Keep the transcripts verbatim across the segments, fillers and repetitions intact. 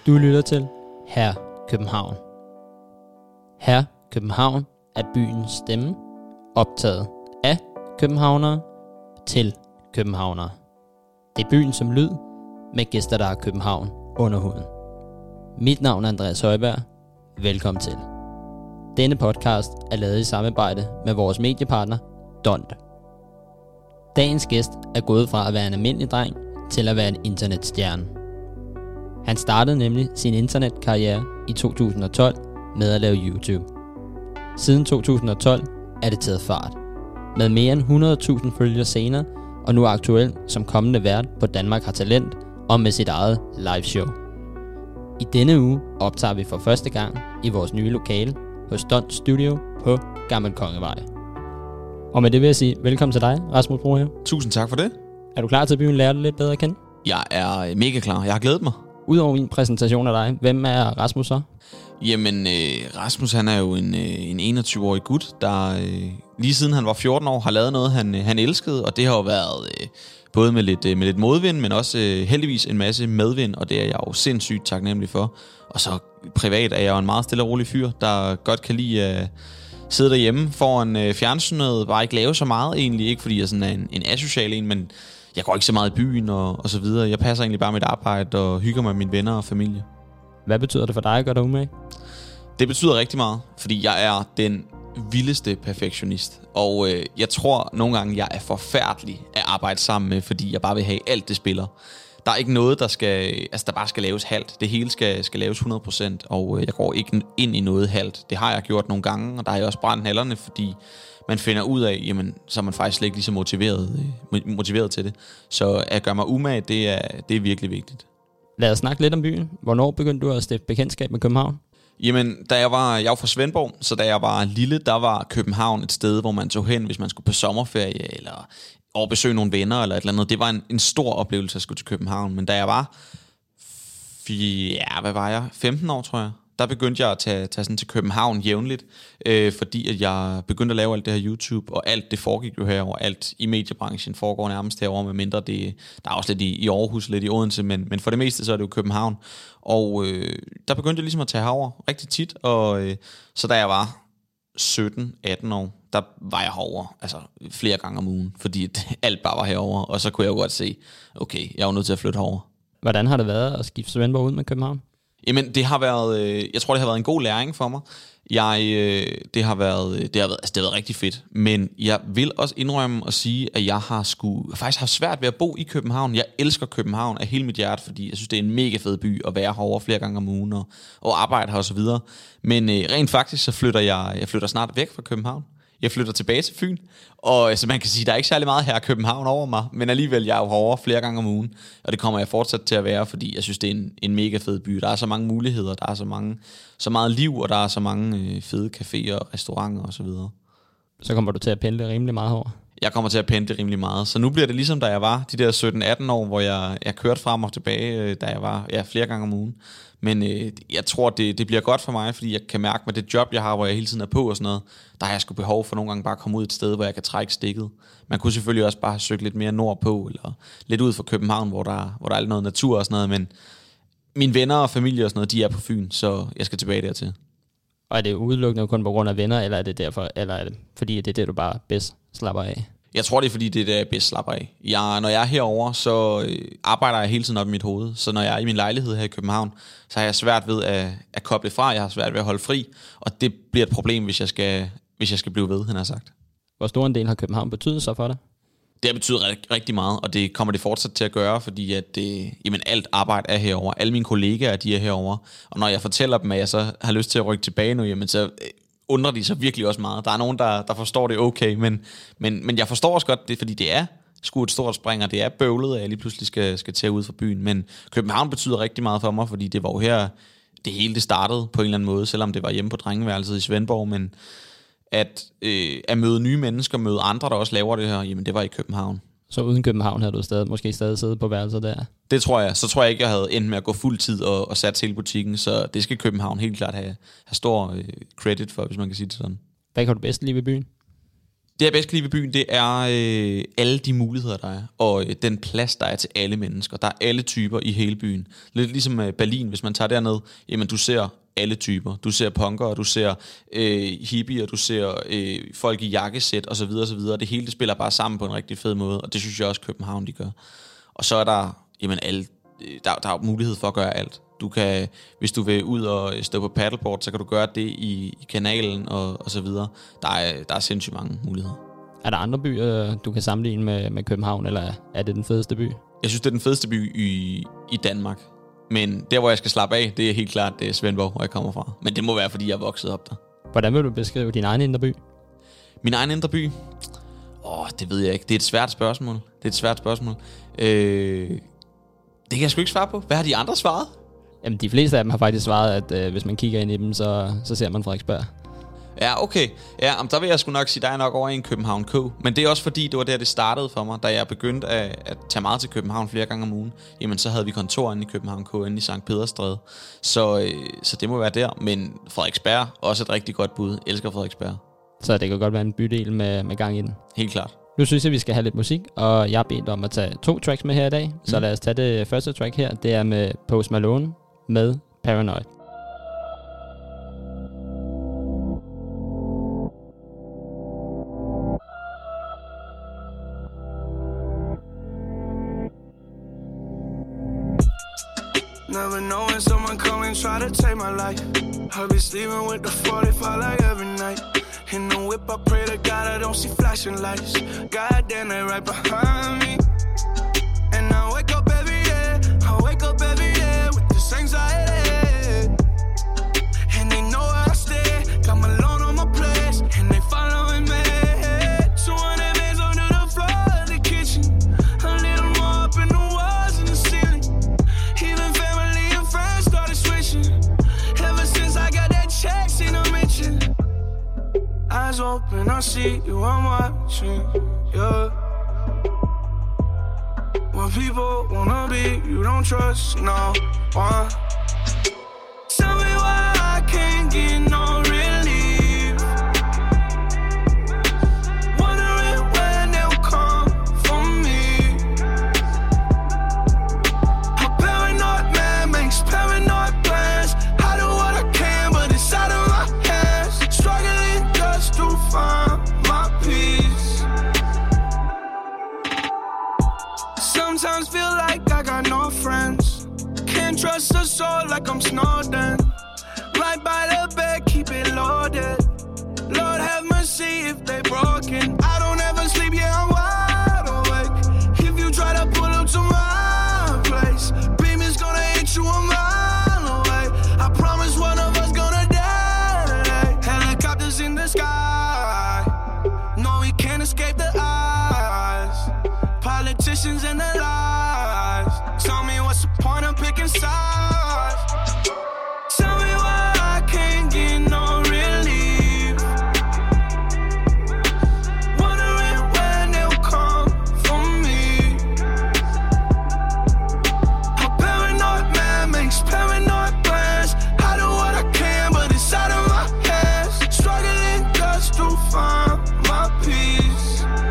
Du lytter til Her København. Her København er byens stemme, optaget af københavnere til københavnere. Det er byen som lyd, med gæster, der har København under huden. Mit navn er Andreas Højberg. Velkommen til. Denne podcast er lavet i samarbejde med vores mediepartner, D O N T. Dagens gæst er gået fra at være en almindelig dreng til at være en internetstjerne. Han startede nemlig sin internetkarriere i to tusind og tolv med at lave YouTube. Siden to tusind og tolv er det taget fart, med mere end hundrede tusind følgere senere, og nu aktuel som kommende vært på Danmark har Talent og med sit eget liveshow. I denne uge optager vi for første gang i vores nye lokale hos D O N T Studio på Gammel Kongevej. Og med det vil jeg sige velkommen til dig, Rasmus Brohave. Tusind tak for det. Er du klar til at byen lære dig lidt bedre at kende? Jeg er mega klar. Jeg har glædet mig. Udover min præsentation af dig, hvem er Rasmus så? Jamen, øh, Rasmus han er jo en, øh, en enogtyve-årig gut, der øh, lige siden han var fjorten år har lavet noget, han, øh, han elskede. Og det har jo været øh, både med lidt, øh, med lidt modvind, men også øh, heldigvis en masse medvind. Og det er jeg jo sindssygt taknemmelig for. Og så privat er jeg jo en meget stille og rolig fyr, der godt kan lide at øh, sidde derhjemme foran øh, fjernsynet. Bare ikke lave så meget egentlig. Ikke fordi jeg sådan er en, en asocial en, men jeg går ikke så meget i byen og, og så videre. Jeg passer egentlig bare mit arbejde og hygger mig med mine venner og familie. Hvad betyder det for dig at gøre dig umage? Det betyder rigtig meget, fordi jeg er den vildeste perfektionist. Og øh, jeg tror nogle gange, jeg er forfærdelig at arbejde sammen med, fordi jeg bare vil have alt det spiller. Der er ikke noget, der skal, altså der bare skal laves halvt. Det hele skal, skal laves hundrede procent, og øh, jeg går ikke ind i noget halvt. Det har jeg gjort nogle gange, og der har jeg også brændt nallerne, fordi man finder ud af, jamen, så er man faktisk slet ikke lige så motiveret, motiveret til det. Så at gøre mig umage, det er, det er virkelig vigtigt. Lad os snakke lidt om byen. Hvornår begyndte du at stifte bekendtskab med København? Jamen, da jeg var, jeg var fra Svendborg, så da jeg var lille, der var København et sted, hvor man tog hen, hvis man skulle på sommerferie, eller over besøge nogle venner, eller et eller andet. Det var en, en stor oplevelse at skulle til København. Men da jeg var, ja, hvad var jeg? femten år, tror jeg. Der begyndte jeg at tage, tage sådan til København jævnligt, øh, fordi at jeg begyndte at lave alt det her YouTube, og alt det foregik jo herover. Alt i mediebranchen foregår nærmest herover, med mindre det, der er også lidt i, i Aarhus, lidt i Odense, men, men for det meste så er det jo København. Og øh, der begyndte jeg ligesom at tage herover rigtig tit, og øh, så da jeg var sytten atten år, der var jeg herover, altså flere gange om ugen, fordi alt bare var herover, og så kunne jeg jo godt se, okay, jeg er jo nødt til at flytte herover. Hvordan har det været at skifte Svendborg ud med København? Jamen, det har været, øh, jeg tror, det har været en god læring for mig. Jeg, øh, det har været, det har været, altså, det har været rigtig fedt. Men jeg vil også indrømme og sige, at jeg har sgu, faktisk har svært ved at bo i København. Jeg elsker København af hele mit hjerte, fordi jeg synes, det er en mega fed by at være herovre flere gange om ugen og, og arbejde her og så videre. Men øh, rent faktisk, så flytter jeg, jeg flytter snart væk fra København. Jeg flytter tilbage til Fyn, og altså, man kan sige, der er ikke særlig meget her i København over mig, men alligevel jeg er jo herovre flere gange om ugen, og det kommer jeg fortsat til at være, fordi jeg synes, det er en, en mega fed by. Der er så mange muligheder, der er så, mange, så meget liv, og der er så mange øh, fede caféer, restauranter og så videre. Så kommer du til at pendle rimelig meget herover? Jeg kommer til at pendle rimelig meget, så nu bliver det ligesom da jeg var de der sytten atten år, hvor jeg, jeg kørte frem og tilbage, øh, da jeg var ja, flere gange om ugen. Men øh, jeg tror, det, det bliver godt for mig, fordi jeg kan mærke med det job, jeg har, hvor jeg hele tiden er på og sådan noget, der har jeg sgu behov for nogle gange bare at komme ud et sted, hvor jeg kan trække stikket. Man kunne selvfølgelig også bare have søgt lidt mere nordpå, eller lidt ud fra København, hvor der, hvor der er noget natur og sådan noget, men mine venner og familie og sådan noget, de er på Fyn, så jeg skal tilbage dertil. Og er det udelukkende kun på grund af venner, eller er det derfor, eller er det fordi det er det, du bare bedst slapper af? Jeg tror, det er fordi, det er det, jeg bedst slapper af. Jeg, når jeg er herovre, så øh, arbejder jeg hele tiden op i mit hoved. Så når jeg er i min lejlighed her i København, så har jeg svært ved at, at koble fra. Jeg har svært ved at holde fri. Og det bliver et problem, hvis jeg skal, hvis jeg skal blive ved, han har sagt. Hvor stor en del har København betydet så for dig? Det har betydet rigtig meget, og det kommer det fortsat til at gøre, fordi at det, jamen, alt arbejde er herovre. Alle mine kollegaer, de er herovre. Og når jeg fortæller dem, at jeg så har lyst til at rykke tilbage nu, jamen så undrer de sig virkelig også meget. Der er nogen, der, der forstår det okay, men, men, men jeg forstår også godt det, fordi det er sgu et stort spring, og det er bøvlet, at jeg lige pludselig skal, skal tage ud fra byen. Men København betyder rigtig meget for mig, fordi det var jo her, det hele det startede på en eller anden måde, selvom det var hjemme på drengeværelset i Svendborg, men at, øh, at møde nye mennesker, møde andre, der også laver det her, jamen det var i København. Så uden København havde du stadig, måske stadig siddet på værelset der? Det tror jeg. Så tror jeg ikke, jeg havde endt med at gå fuld tid og, og sat hele butikken, så det skal København helt klart have, have stor øh, credit for, hvis man kan sige det sådan. Hvad kan du bedst lide ved byen? Det, jeg bedst kan lide ved byen, det er øh, alle de muligheder, der er, og øh, den plads, der er til alle mennesker. Der er alle typer i hele byen. Lidt ligesom øh, Berlin, hvis man tager derned, jamen du ser alle typer. Du ser punkere, du ser øh, hippier, du ser øh, folk i jakkesæt osv. osv. Det hele det spiller bare sammen på en rigtig fed måde, og det synes jeg også København de gør. Og så er der, jamen alle, der, der er mulighed for at gøre alt. Du kan, hvis du vil ud og stå på paddleboard, så kan du gøre det i, i kanalen og, og så videre. Der er, der er sindssygt mange muligheder. Er der andre byer, du kan sammenligne med, med København, eller er det den fedeste by? Jeg synes, det er den fedeste by i, i Danmark. Men der, hvor jeg skal slappe af, det er helt klart det er Svendborg, hvor jeg kommer fra. Men det må være, fordi jeg er vokset op der. Hvordan vil du beskrive din egen indre by? Min egen indre by? Åh, det ved jeg ikke. Det er et svært spørgsmål. Det er et svært spørgsmål. Øh, det kan jeg sgu ikke svare på. Hvad har de andre svaret? Jamen, de fleste af dem har faktisk svaret, at øh, hvis man kigger ind i dem, så, så ser man Frederiksberg. Ja, okay. Ja, om der vil jeg sgu nok sige, der er nok over i en København K. Men det er også fordi, det var der, det startede for mig. Da jeg begyndte at, at tage meget til København flere gange om ugen, jamen så havde vi kontor inde i København K, inde i Sankt Pederstræde. Så, øh, så det må være der. Men Frederiksberg, også et rigtig godt bud. Jeg elsker Frederiksberg. Så det kan godt være en bydel med, med gang i den. Helt klart. Nu synes jeg, vi skal have lidt musik, og jeg har bedt om at tage to tracks med her i dag. Mm. Så lad os tage det første track her. Det er med Post Malone med Paranoid. Never knowing someone come and try to take my life. I'll be sleeping with the forty-five like every night. In the whip, I pray to God I don't see flashing lights. God damn, they right behind me. And I wake up every day, I wake up every day with this anxiety. And they know where I stay, got my loan on my place, and they following me. two hundred bands under the floor of the kitchen, a little more up in the walls and the ceiling. Even family and friends started switching. Ever since I got that check, seen them mention. Eyes open, I see you, I'm watching, yeah. When people wanna be, you don't trust no one. Tell me why I can't get no relief. Wondering when they'll come for me. A paranoid man makes paranoid plans. I do what I can, but it's out of my hands. Struggling just to find my peace. Sometimes feel like I got no friends. Can't trust a soul like I'm Snowden. Right by the bed, keep it loaded. Lord have mercy if they broken. I don't ever sleep, yeah, I'm wide awake. If you try to pull up to my place, beam is gonna hit you a mile away. I promise one of us gonna die today. Helicopters in the sky. No, we can't escape the eyes. Politicians and the lies. Tell me what's the point of picking sides. Tell me why I can't get no relief. Wondering when they'll come for me. A paranoid man makes paranoid plans. I do what I can, but it's out of my hands. Struggling just to find my peace.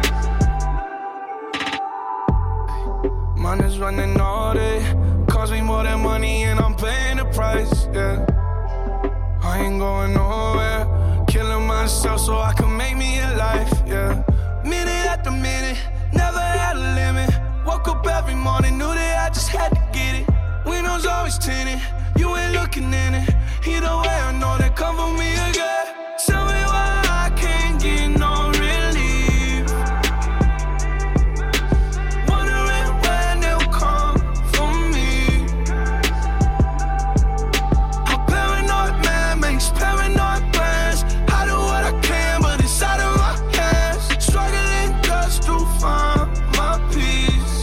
Money's running all day. Cost me more than money and I'm paying the price, yeah. I ain't going nowhere. Killing myself so I can make me a life, yeah. Minute after minute, never had a limit. Woke up every morning, knew that I just had to get it. Windows always tinted, you ain't looking in it. Either way, I know they come for me again. Tell me why I can't get no relief. Wondering when they'll come for me. A paranoid man makes paranoid plans. I do what I can, but it's out of my hands. Struggling just to find my peace.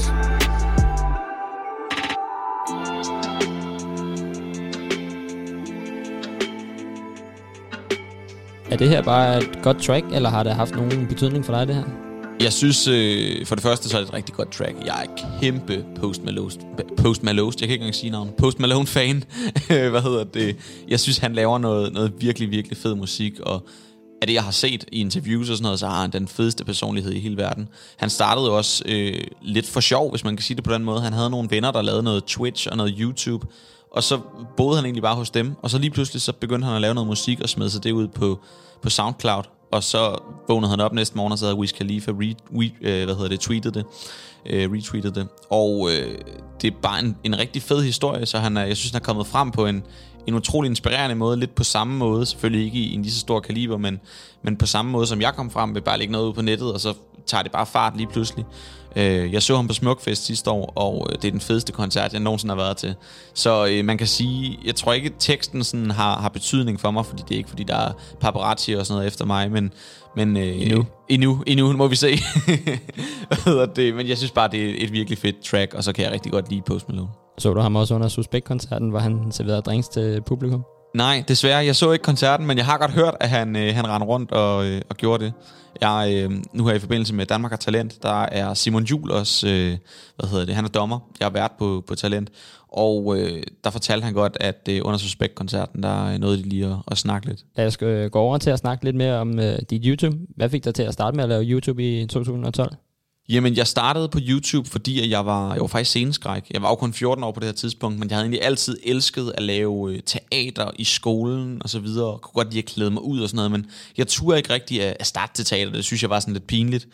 Er det her bare et godt track, eller har det haft nogen betydning for dig, det her? Jeg synes, øh, for det første, så er det et rigtig godt track. Jeg er kæmpe Post Malone, Post Malone, jeg kan ikke engang sige navnet, Post Malone-fan. Hvad hedder det? Jeg synes, han laver noget, noget virkelig, virkelig fed musik, og af det, jeg har set i interviews og sådan noget, så har han den fedeste personlighed i hele verden. Han startede jo også øh, lidt for sjov, hvis man kan sige det på den måde. Han havde nogle venner, der lavede noget Twitch og noget YouTube, og så boede han egentlig bare hos dem, og så lige pludselig så begyndte han at lave noget musik og smed sig det ud på, på SoundCloud, og så vågnede han op næste morgen, og så havde Wiz Khalifa re, re, øh, hvad hedder det, tweetet det, øh, retweetet det, og øh, det er bare en, en rigtig fed historie, så han er, jeg synes, han er kommet frem på en, en utrolig inspirerende måde, lidt på samme måde, selvfølgelig ikke i en lige så stor kaliber, men, men på samme måde, som jeg kom frem, ved bare lægge noget ud på nettet, og så tager det bare fart lige pludselig. Jeg så ham på Smukfest sidste år, og det er den fedeste koncert, jeg nogensinde har været til. Så øh, man kan sige, jeg tror ikke, at teksten sådan har, har betydning for mig, fordi det er ikke, fordi der er paparazzi og sådan noget efter mig, men, men øh, endnu. endnu, endnu må vi se. Hvad hedder det? Men jeg synes bare, det er et virkelig fedt track, og så kan jeg rigtig godt lide Post Malone. Så du ham også under Suspekt-koncerten, hvor han serverede drinks til publikum? Nej, desværre. Jeg så ikke koncerten, men jeg har godt hørt, at han, øh, han rendte rundt og, øh, og gjorde det. Jeg, øh, nu her i forbindelse med Danmark har Talent, der er Simon Juhl også, øh, hvad hedder det, han er dommer. Jeg har været på, på Talent, og øh, der fortalte han godt, at øh, under Suspekt-koncerten, der nåede de lige at, at snakke lidt. Da jeg skal gå over til at snakke lidt mere om øh, dit YouTube. Hvad fik dig til at starte med at lave YouTube i to tusind og tolv? Jamen, jeg startede på YouTube, fordi jeg var, jeg var faktisk sceneskræk. Jeg var jo kun fjorten år på det her tidspunkt, men jeg havde egentlig altid elsket at lave teater i skolen og så videre, og kunne godt lide at klæde mig ud og sådan noget, men jeg turde ikke rigtig at starte til teater. Det synes jeg var sådan lidt pinligt.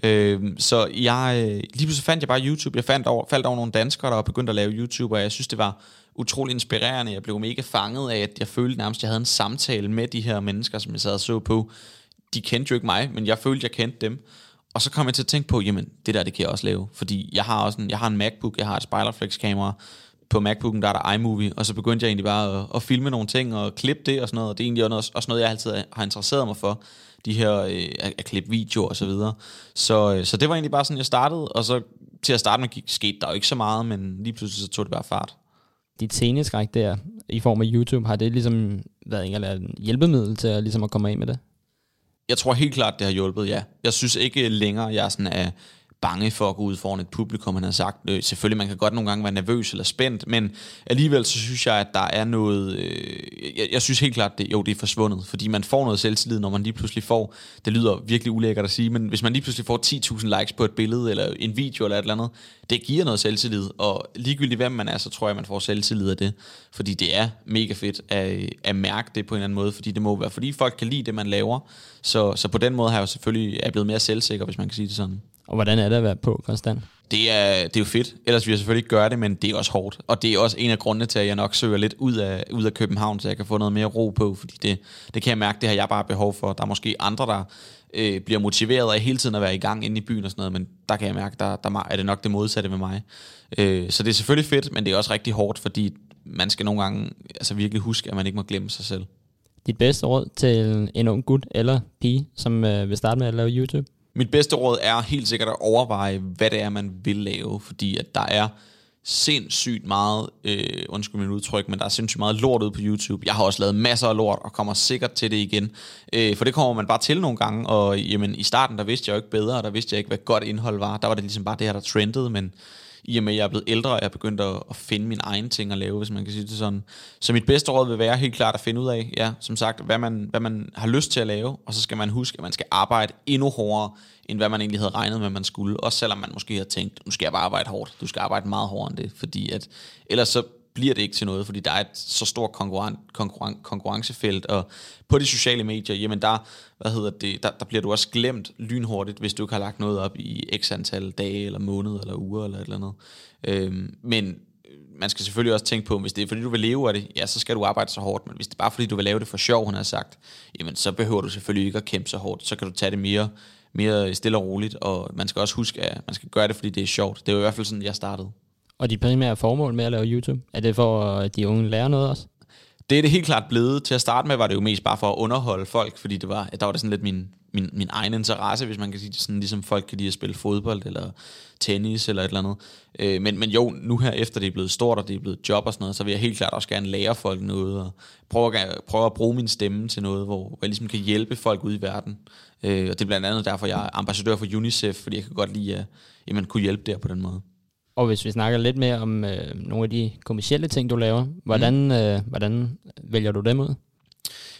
Så jeg, lige pludselig fandt jeg bare YouTube. Jeg fandt over, faldt over nogle danskere, der var begyndt at lave YouTube, og jeg synes, det var utrolig inspirerende. Jeg blev mega fanget af, at jeg følte nærmest, at jeg havde en samtale med de her mennesker, som jeg sad og så på. De kendte jo ikke mig, men jeg følte, jeg kendte dem. Og så kom jeg til at tænke på, jamen, det der, det kan jeg også lave. Fordi jeg har også en, jeg har en MacBook, jeg har et Spiralflex-kamera. På MacBooken, der er der iMovie. Og så begyndte jeg egentlig bare at, at filme nogle ting og klippe det og sådan noget. Og det er egentlig også, også noget, jeg altid har interesseret mig for. De her, øh, at, at klippe videoer og så videre. Så, øh, så det var egentlig bare sådan, jeg startede. Og så til at starte med gik, skete der jo ikke så meget, men lige pludselig så tog det bare fart. Dit sceneskræk der, i form af YouTube, har det ligesom været en eller anden hjælpemiddel til at, ligesom at komme af med det? Jeg tror helt klart, det har hjulpet, ja. Jeg synes ikke længere, jeg er sådan er bange for at gå ud foran et publikum, han har sagt. Øh, selvfølgelig, man kan godt nogle gange være nervøs eller spændt, men alligevel så synes jeg, at der er noget... Øh, jeg, jeg synes helt klart, det, jo, det er forsvundet, fordi man får noget selvtillid, når man lige pludselig får... Det lyder virkelig ulækkert at sige, men hvis man lige pludselig får ti tusind likes på et billede, eller en video eller et eller andet, det giver noget selvtillid, og ligegyldigt hvem man er, så tror jeg, man får selvtillid af det, fordi det er mega fedt at, at mærke det på en eller anden måde, fordi det må være, fordi folk kan lide det, man laver, så, så på den måde har jeg jo selvfølgelig er blevet mere selvsikker, hvis man kan sige det sådan. Og hvordan er det at være på konstant? Det er, det er jo fedt, ellers vil jeg selvfølgelig ikke gøre det, men det er også hårdt. Og det er også en af grundene til, at jeg nok søger lidt ud af, ud af København, så jeg kan få noget mere ro på, fordi det, det kan jeg mærke, det har jeg bare behov for. Der er måske andre, der øh, bliver motiveret af hele tiden at være i gang inde i byen og sådan noget, men der kan jeg mærke, der, der er det nok det modsatte med mig. Øh, så det er selvfølgelig fedt, men det er også rigtig hårdt, fordi man skal nogle gange altså virkelig huske, at man ikke må glemme sig selv. Dit bedste råd til en ung gut eller pige, som øh, vil starte med at lave YouTube? Mit bedste råd er helt sikkert at overveje, hvad det er, man vil lave, fordi at der er sindssygt meget, øh, undskyld min udtryk, men der er sindssygt meget lort ude på YouTube. Jeg har også lavet masser af lort, og kommer sikkert til det igen, øh, for det kommer man bare til nogle gange, og jamen, i starten, der vidste jeg jo ikke bedre, og der vidste jeg ikke, hvad godt indhold var. Der var det ligesom bare det her, der trendede, men i og med, at jeg er blevet ældre, og jeg er begyndt at, at finde mine egne ting at lave, hvis man kan sige det sådan. Så mit bedste råd vil være helt klart at finde ud af, ja, som sagt, hvad man, hvad man har lyst til at lave, og så skal man huske, at man skal arbejde endnu hårdere, end hvad man egentlig havde regnet med, man skulle. Også selvom man måske har tænkt, nu skal jeg bare arbejde hårdt. Du skal arbejde meget hårdere end det, fordi at ellers så bliver det ikke til noget, fordi der er et så stort konkurren- konkurren- konkurrencefelt, og på de sociale medier, jamen der, hvad hedder det, der, der bliver du også glemt lynhurtigt, hvis du ikke har lagt noget op i x antal dage, eller måneder, eller uger, eller et eller andet. Øhm, men man skal selvfølgelig også tænke på, hvis det er fordi du vil leve af det, ja, så skal du arbejde så hårdt, men hvis det er bare fordi du vil lave det for sjov, han har sagt, jamen så behøver du selvfølgelig ikke at kæmpe så hårdt, så kan du tage det mere, mere stille og roligt, og man skal også huske, at man skal gøre det, fordi det er sjovt. Det er jo i hvert fald sådan, jeg startede. Og de primære formål med at lave YouTube, er det for, at de unge lærer noget også? Det er det helt klart blevet. Til at starte med var det jo mest bare for at underholde folk, fordi det var, der var det sådan lidt min, min, min egen interesse, hvis man kan sige det sådan, ligesom folk kan lide at spille fodbold eller tennis eller et eller andet. Øh, men, men jo, nu her efter det er blevet stort, og det er blevet job og sådan noget, så vil jeg helt klart også gerne lære folk noget, og prøve at, prøve at bruge min stemme til noget, hvor jeg ligesom kan hjælpe folk ude i verden. Øh, og det er blandt andet derfor, jeg er ambassadør for UNICEF, fordi jeg kan godt lide at jamen, kunne hjælpe der på den måde. Og hvis vi snakker lidt mere om øh, nogle af de kommercielle ting, du laver, hvordan, mm. øh, hvordan vælger du dem ud?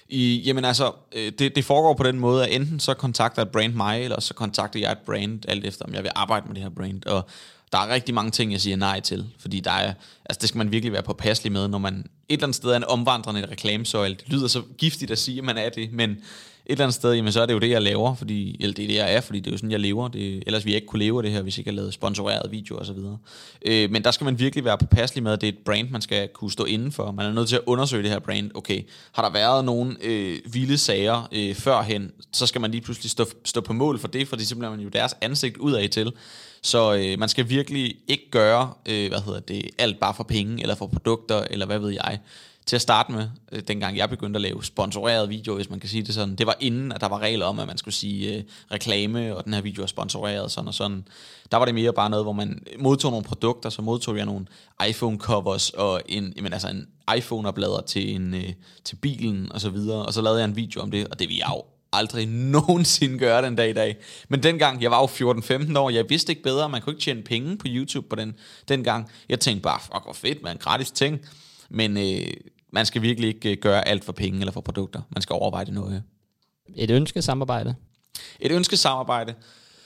I, jamen altså, det, det foregår på den måde, at enten så kontakter et brand mig, eller så kontakter jeg et brand, alt efter om jeg vil arbejde med det her brand. Og der er rigtig mange ting, jeg siger nej til, fordi der er, altså det skal man virkelig være påpasselig med, når man et eller andet sted er en omvandrende reklamesøjle. Det lyder så giftigt at sige, at man er det, men et eller andet sted, jamen så er det jo det, jeg laver, fordi, eller det er det, jeg er, fordi det er jo sådan, jeg lever. Det, ellers ville jeg ikke kunne leve af det her, hvis jeg ikke havde lavet sponsorerede videoer og så videre. Øh, men der skal man virkelig være påpasselig med, at det er et brand, man skal kunne stå inden for. Man er nødt til at undersøge det her brand. Okay, har der været nogle øh, vilde sager øh, førhen, så skal man lige pludselig stå, stå på mål for det, fordi så bliver man jo deres ansigt udad til. Så øh, man skal virkelig ikke gøre, øh, hvad hedder det, alt bare for penge, eller for produkter, eller hvad ved jeg. Til at starte med, øh, dengang jeg begyndte at lave sponsorerede videoer, hvis man kan sige det sådan, det var inden, at der var regler om, at man skulle sige øh, reklame, og den her video er sponsoreret, sådan og sådan. Der var det mere bare noget, hvor man modtog nogle produkter, så modtog jeg nogle iPhone-covers, og en, jamen, altså en iPhone-oplader til, en, øh, til bilen, og så videre, og så lavede jeg en video om det, og det vil jeg jo aldrig nogensinde gøre den dag i dag. Men dengang, jeg var jo fjorten femten år, jeg vidste ikke bedre, man kunne ikke tjene penge på YouTube på den dengang. Jeg tænkte bare, fuck hvor fedt, man, gratis ting. Men øh, man skal virkelig ikke gøre alt for penge eller for produkter. Man skal overveje det noget. Et ønskesamarbejde? Et ønskesamarbejde?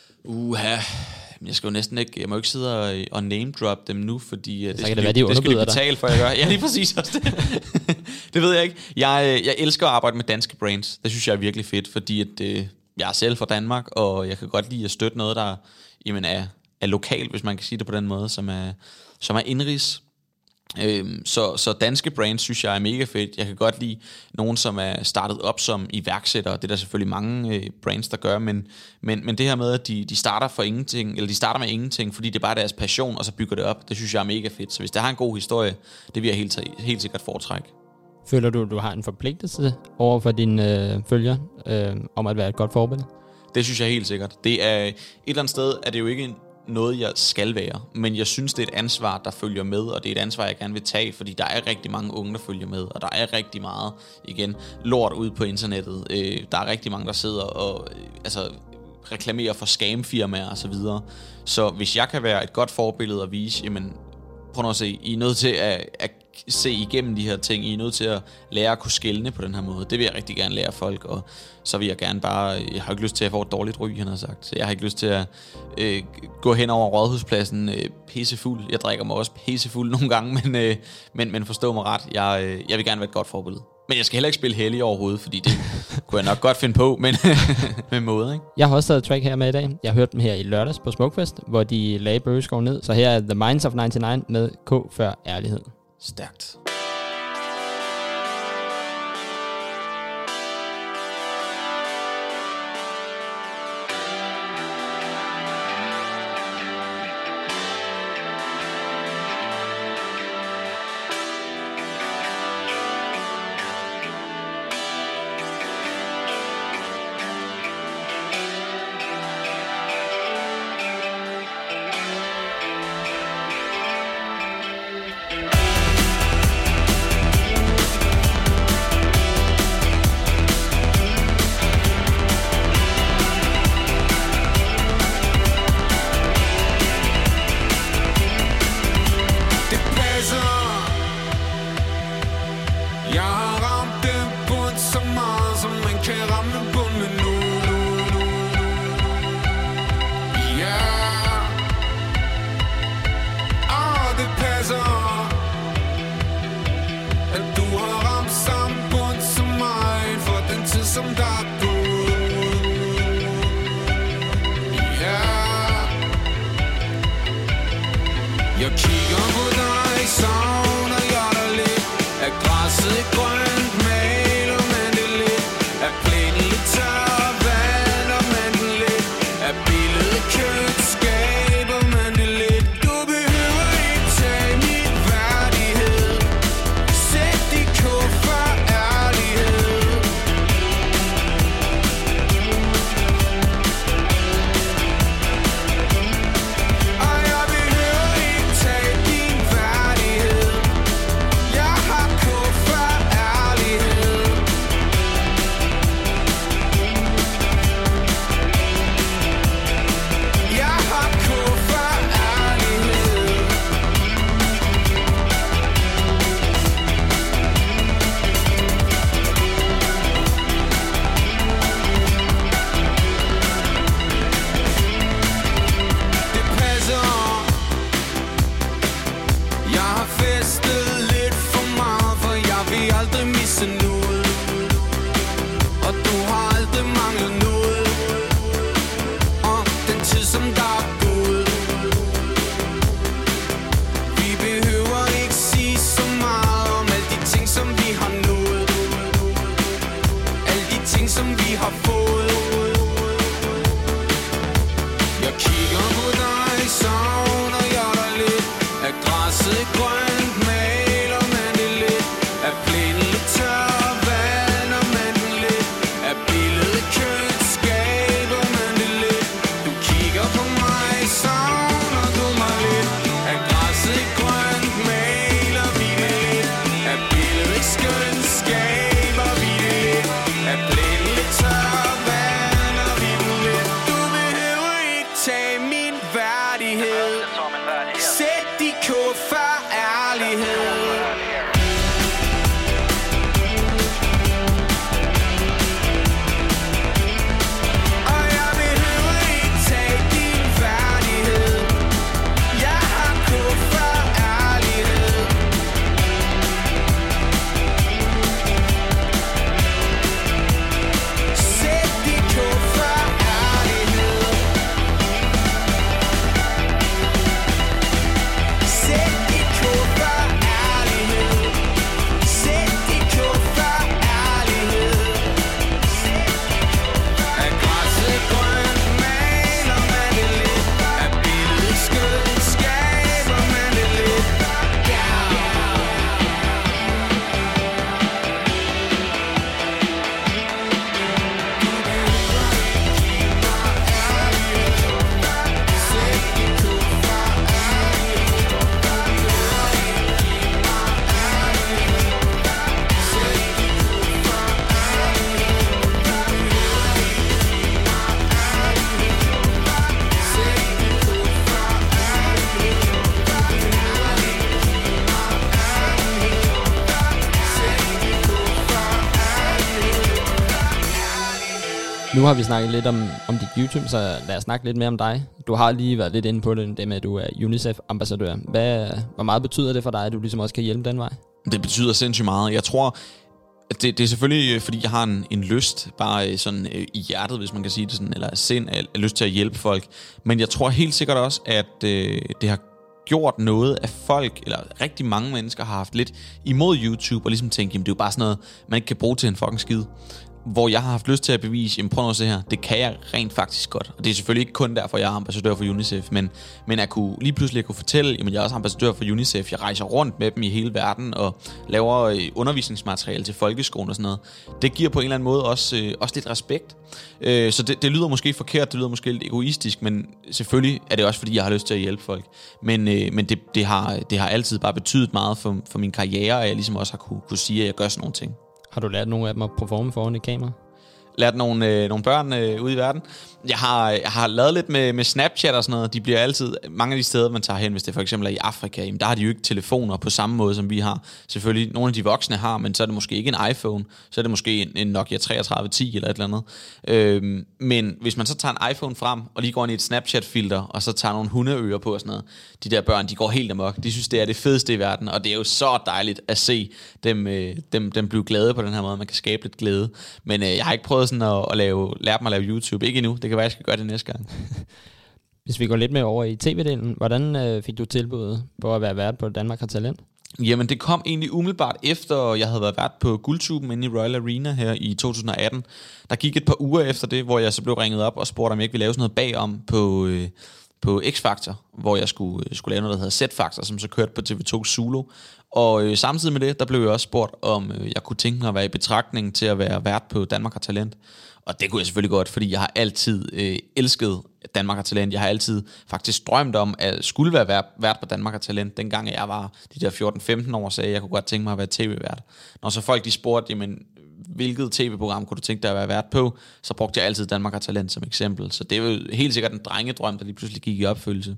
Uha, jeg skal jo næsten ikke, jeg må jo ikke sidde og, og name drop dem nu, fordi det, det, skal, det, være, de det skal de betale for at gøre. Ja, lige præcis også det. Det ved jeg ikke. Jeg, jeg elsker at arbejde med danske brands. Det synes jeg er virkelig fedt, fordi at, øh, jeg er selv fra Danmark, og jeg kan godt lide at støtte noget, der jamen, er, er lokalt, hvis man kan sige det på den måde, som er, som er indrigs. Øhm, så, så danske brands synes jeg er mega fedt. Jeg kan godt lide nogen, som er startet op som iværksættere. Det er der selvfølgelig mange øh, brands, der gør, men, men, men det her med, at de, de starter for ingenting, eller de starter med ingenting, fordi det er bare deres passion, og så bygger det op, det synes jeg er mega fedt. Så hvis det har en god historie, det vil jeg helt, helt sikkert foretrække. Føler du, du har en forpligtelse over for dine øh, følgere øh, om at være et godt forbillede? Det synes jeg helt sikkert. Det er et eller andet sted, er det jo ikke en noget, jeg skal være. Men jeg synes, det er et ansvar, der følger med, og det er et ansvar, jeg gerne vil tage, fordi der er rigtig mange unge, der følger med, og der er rigtig meget, igen, lort ud på internettet. Øh, der er rigtig mange, der sidder og øh, altså, reklamerer for scamfirmaer og så videre. Så hvis jeg kan være et godt forbillede og vise, jamen, prøv nu at se, I er nødt til at, at se igennem de her ting, I er nødt til at lære at kunne skelne på den her måde. Det vil jeg rigtig gerne lære folk, og så vil jeg gerne bare, jeg har ikke lyst til at få et dårligt ryg, han har sagt. Så jeg har ikke lyst til at øh, gå hen over Rådhuspladsen øh, pissefuld. Jeg drikker mig også pissefuld nogle gange, men, øh, men, men forstå mig ret, jeg, øh, jeg vil gerne være et godt forbillede. Men jeg skal heller ikke spille hellig overhovedet, fordi det kunne jeg nok godt finde på, men med måde, ikke? Jeg har også taget track her med i dag. Jeg hørte dem her i lørdags på Smukfest, hvor de lagde Bøgeskov ned. Så her er The Minds of nioghalvfems med K før ærlighed. Stærkt. Nu har vi snakket lidt om, om dit YouTube, så lad os snakke lidt mere om dig. Du har lige været lidt inde på det, det med, at du er UNICEF-ambassadør. Hvad, hvor meget betyder det for dig, at du ligesom også kan hjælpe den vej? Det betyder sindssygt meget. Jeg tror, at det, det er selvfølgelig, fordi jeg har en, en lyst, bare sådan øh, i hjertet, hvis man kan sige det sådan, eller sind af lyst til at hjælpe folk. Men jeg tror helt sikkert også, at øh, det har gjort noget af folk, eller rigtig mange mennesker har haft lidt imod YouTube, og ligesom tænkt, jamen det er jo bare sådan noget, man ikke kan bruge til en fucking skid. Hvor jeg har haft lyst til at bevise, jamen prøv nu at se her, det kan jeg rent faktisk godt. Og det er selvfølgelig ikke kun derfor, jeg er ambassadør for UNICEF, men, men at kunne, lige pludselig at kunne fortælle, jamen jeg er også ambassadør for UNICEF, jeg rejser rundt med dem i hele verden, og laver undervisningsmateriale til folkeskolen og sådan noget. Det giver på en eller anden måde også, øh, også lidt respekt. Øh, så det, det lyder måske forkert, det lyder måske lidt egoistisk, men selvfølgelig er det også, fordi jeg har lyst til at hjælpe folk. Men, øh, men det, det, har, det har altid bare betydet meget for, for min karriere, og jeg ligesom også har kunne, kunne sige, at jeg gør sådan nogle ting. Har du lært nogle af dem at performe foran et kamera? Lært nogle, øh, nogle børn øh, ude i verden. Jeg har, jeg har lavet lidt med, med Snapchat og sådan noget. De bliver altid, mange af de steder, man tager hen, hvis det for eksempel er i Afrika, jamen, der har de jo ikke telefoner på samme måde, som vi har. Selvfølgelig, nogle af de voksne har, men så er det måske ikke en iPhone. Så er det måske en, en Nokia treogtredive ti eller et eller andet. Øhm, men hvis man så tager en iPhone frem, og lige går ind i et Snapchat-filter, og så tager nogle hundeører på og sådan noget, de der børn, de går helt amok. De synes, det er det fedeste i verden, og det er jo så dejligt at se dem, øh, dem, dem blive glade på den her måde. Man kan skabe lidt glæde. Men øh, jeg har ikke prøvet sådan at, at lave, lære mig at lave YouTube. Ikke endnu. Det kan være, jeg skal gøre det næste gang. Hvis vi går lidt mere over i tv-delen, hvordan øh, fik du tilbuddet på at være vært på Danmark har Talent? Jamen, det kom egentlig umiddelbart efter, jeg havde været vært på Guldtuben inde i Royal Arena her i to tusind og atten. Der gik et par uger efter det, hvor jeg så blev ringet op og spurgte, om jeg ikke ville lave sådan noget bagom på, øh, på X-Factor, hvor jeg skulle, øh, skulle lave noget, der hedder Z-Factor, som så kørte på T V to Zulu. Og øh, samtidig med det, der blev jeg også spurgt, om øh, jeg kunne tænke mig at være i betragtning til at være vært på Danmark har Talent. Og det kunne jeg selvfølgelig godt, fordi jeg har altid øh, elsket Danmark har Talent. Jeg har altid faktisk drømt om, at skulle være vært, vært på Danmark har Talent. Dengang jeg var de der fjorten femten år, sagde jeg, jeg kunne godt tænke mig at være tv-vært. Når så folk de spurgte, jamen, hvilket tv-program kunne du tænke dig at være vært på, så brugte jeg altid Danmark har Talent som eksempel. Så det er jo helt sikkert en drengedrøm, der lige pludselig gik i opfyldelse.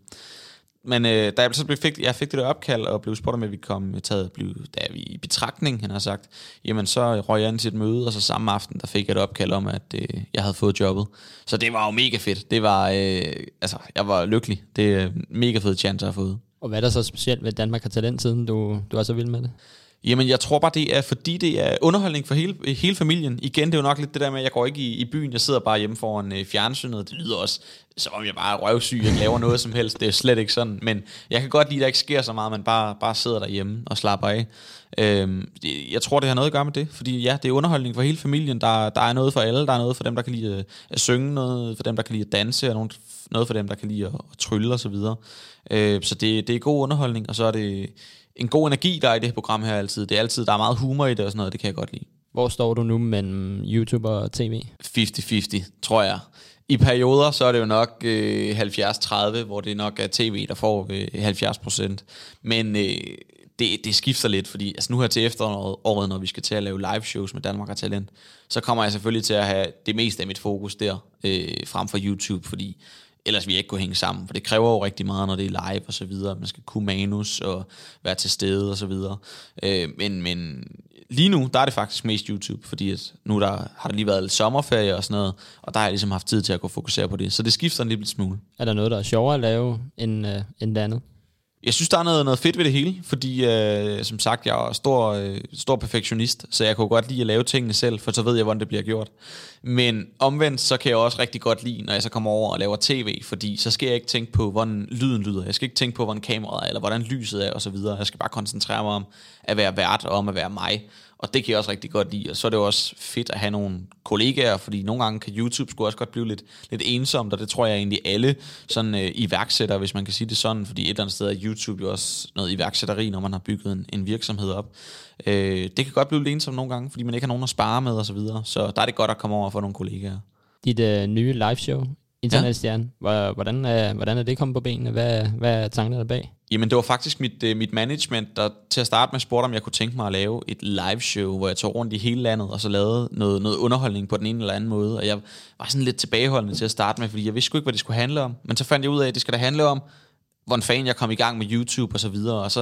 Men øh, da jeg så fik, jeg fik det der opkald og blev spurgt om, at vi kom taget, blev, da vi i betragtning, han har sagt, jamen så røg jeg ind til et møde, og så samme aften, der fik jeg et opkald om, at øh, jeg havde fået jobbet. Så det var jo mega fedt. Det var, øh, altså, jeg var lykkelig. Det er en mega fed chance, jeg har fået. Og hvad er der så specielt ved Danmark har Talent, siden du, du er så vild med det? Jamen, jeg tror bare, det er, fordi det er underholdning for hele, hele familien. Igen, det er jo nok lidt det der med, at jeg går ikke i, i byen, jeg sidder bare hjemme foran øh, fjernsynet. Det lyder også, som om jeg bare er røvsyg, jeg laver noget som helst. Det er slet ikke sådan. Men jeg kan godt lide, at der ikke sker så meget, man bare, bare sidder derhjemme og slapper af. Øhm, jeg tror, det har noget at gøre med det. Fordi ja, det er underholdning for hele familien. Der, der er noget for alle. Der er noget for dem, der kan lide at, at synge, noget for dem, der kan lide at danse, og noget for dem, der kan lide at, at trylle og så videre. Øh, så det, det er god underholdning, og så er det en god energi, der er i det her program her altid. Det er altid, der er meget humor i det og sådan noget, det kan jeg godt lide. Hvor står du nu mellem YouTube og tv? halvtreds halvtreds, tror jeg. I perioder, så er det jo nok øh, halvfjerds tredive, hvor det nok er tv, der får øh, halvfjerds procent. Men øh, det, det skifter lidt, fordi altså nu her til efteråret, når vi skal til at lave live shows med Danmark har Talent, så kommer jeg selvfølgelig til at have det meste af mit fokus der, øh, frem for YouTube, fordi ellers vil jeg ikke kunne hænge sammen, for det kræver jo rigtig meget, når det er live og så videre. Man skal kunne manus og være til stede og så videre. Øh, men, men lige nu, der er det faktisk mest YouTube, fordi at nu der, har der lige været sommerferie og sådan noget, og der har jeg ligesom haft tid til at kunne fokusere på det. Så det skifter en lille smule. Er der noget, der er sjovere at lave end, øh, end det andet? Jeg synes, der er noget, noget fedt ved det hele, fordi øh, som sagt, jeg er stor, øh, stor perfektionist, så jeg kunne godt lide at lave tingene selv, for så ved jeg, hvordan det bliver gjort. Men omvendt, så kan jeg også rigtig godt lide, når jeg så kommer over og laver tv, fordi så skal jeg ikke tænke på, hvordan lyden lyder. Jeg skal ikke tænke på, hvordan kameraet er, eller hvordan lyset er, og så videre. Jeg skal bare koncentrere mig om at være vært, og om at være mig. Og det kan jeg også rigtig godt lide. Og så er det jo også fedt at have nogle kollegaer, fordi nogle gange kan YouTube sgu også godt blive lidt, lidt ensomt, og det tror jeg egentlig alle sådan øh, iværksættere, hvis man kan sige det sådan, fordi et eller andet sted er YouTube jo også noget iværksætteri, når man har bygget en, en virksomhed op. Øh, det kan godt blive lidt ensomt nogle gange, fordi man ikke har nogen at spare med og så videre. Så der er det godt at komme over og få nogle kollegaer. Dit øh, nye liveshow, Internetstjerne, ja. hvordan, øh, hvordan er det kommet på benene? Hvad, hvad er tankerne bag? Jamen det var faktisk mit, øh, mit management, der til at starte med spurgte, om jeg kunne tænke mig at lave et liveshow, hvor jeg tog rundt i hele landet, og så lavede noget, noget underholdning på den ene eller anden måde. Og jeg var sådan lidt tilbageholdende til at starte med, fordi jeg vidste sgu ikke, hvad det skulle handle om. Men så fandt jeg ud af, at det skal da handle om, hvordan fanden jeg kom i gang med YouTube og så videre. Og så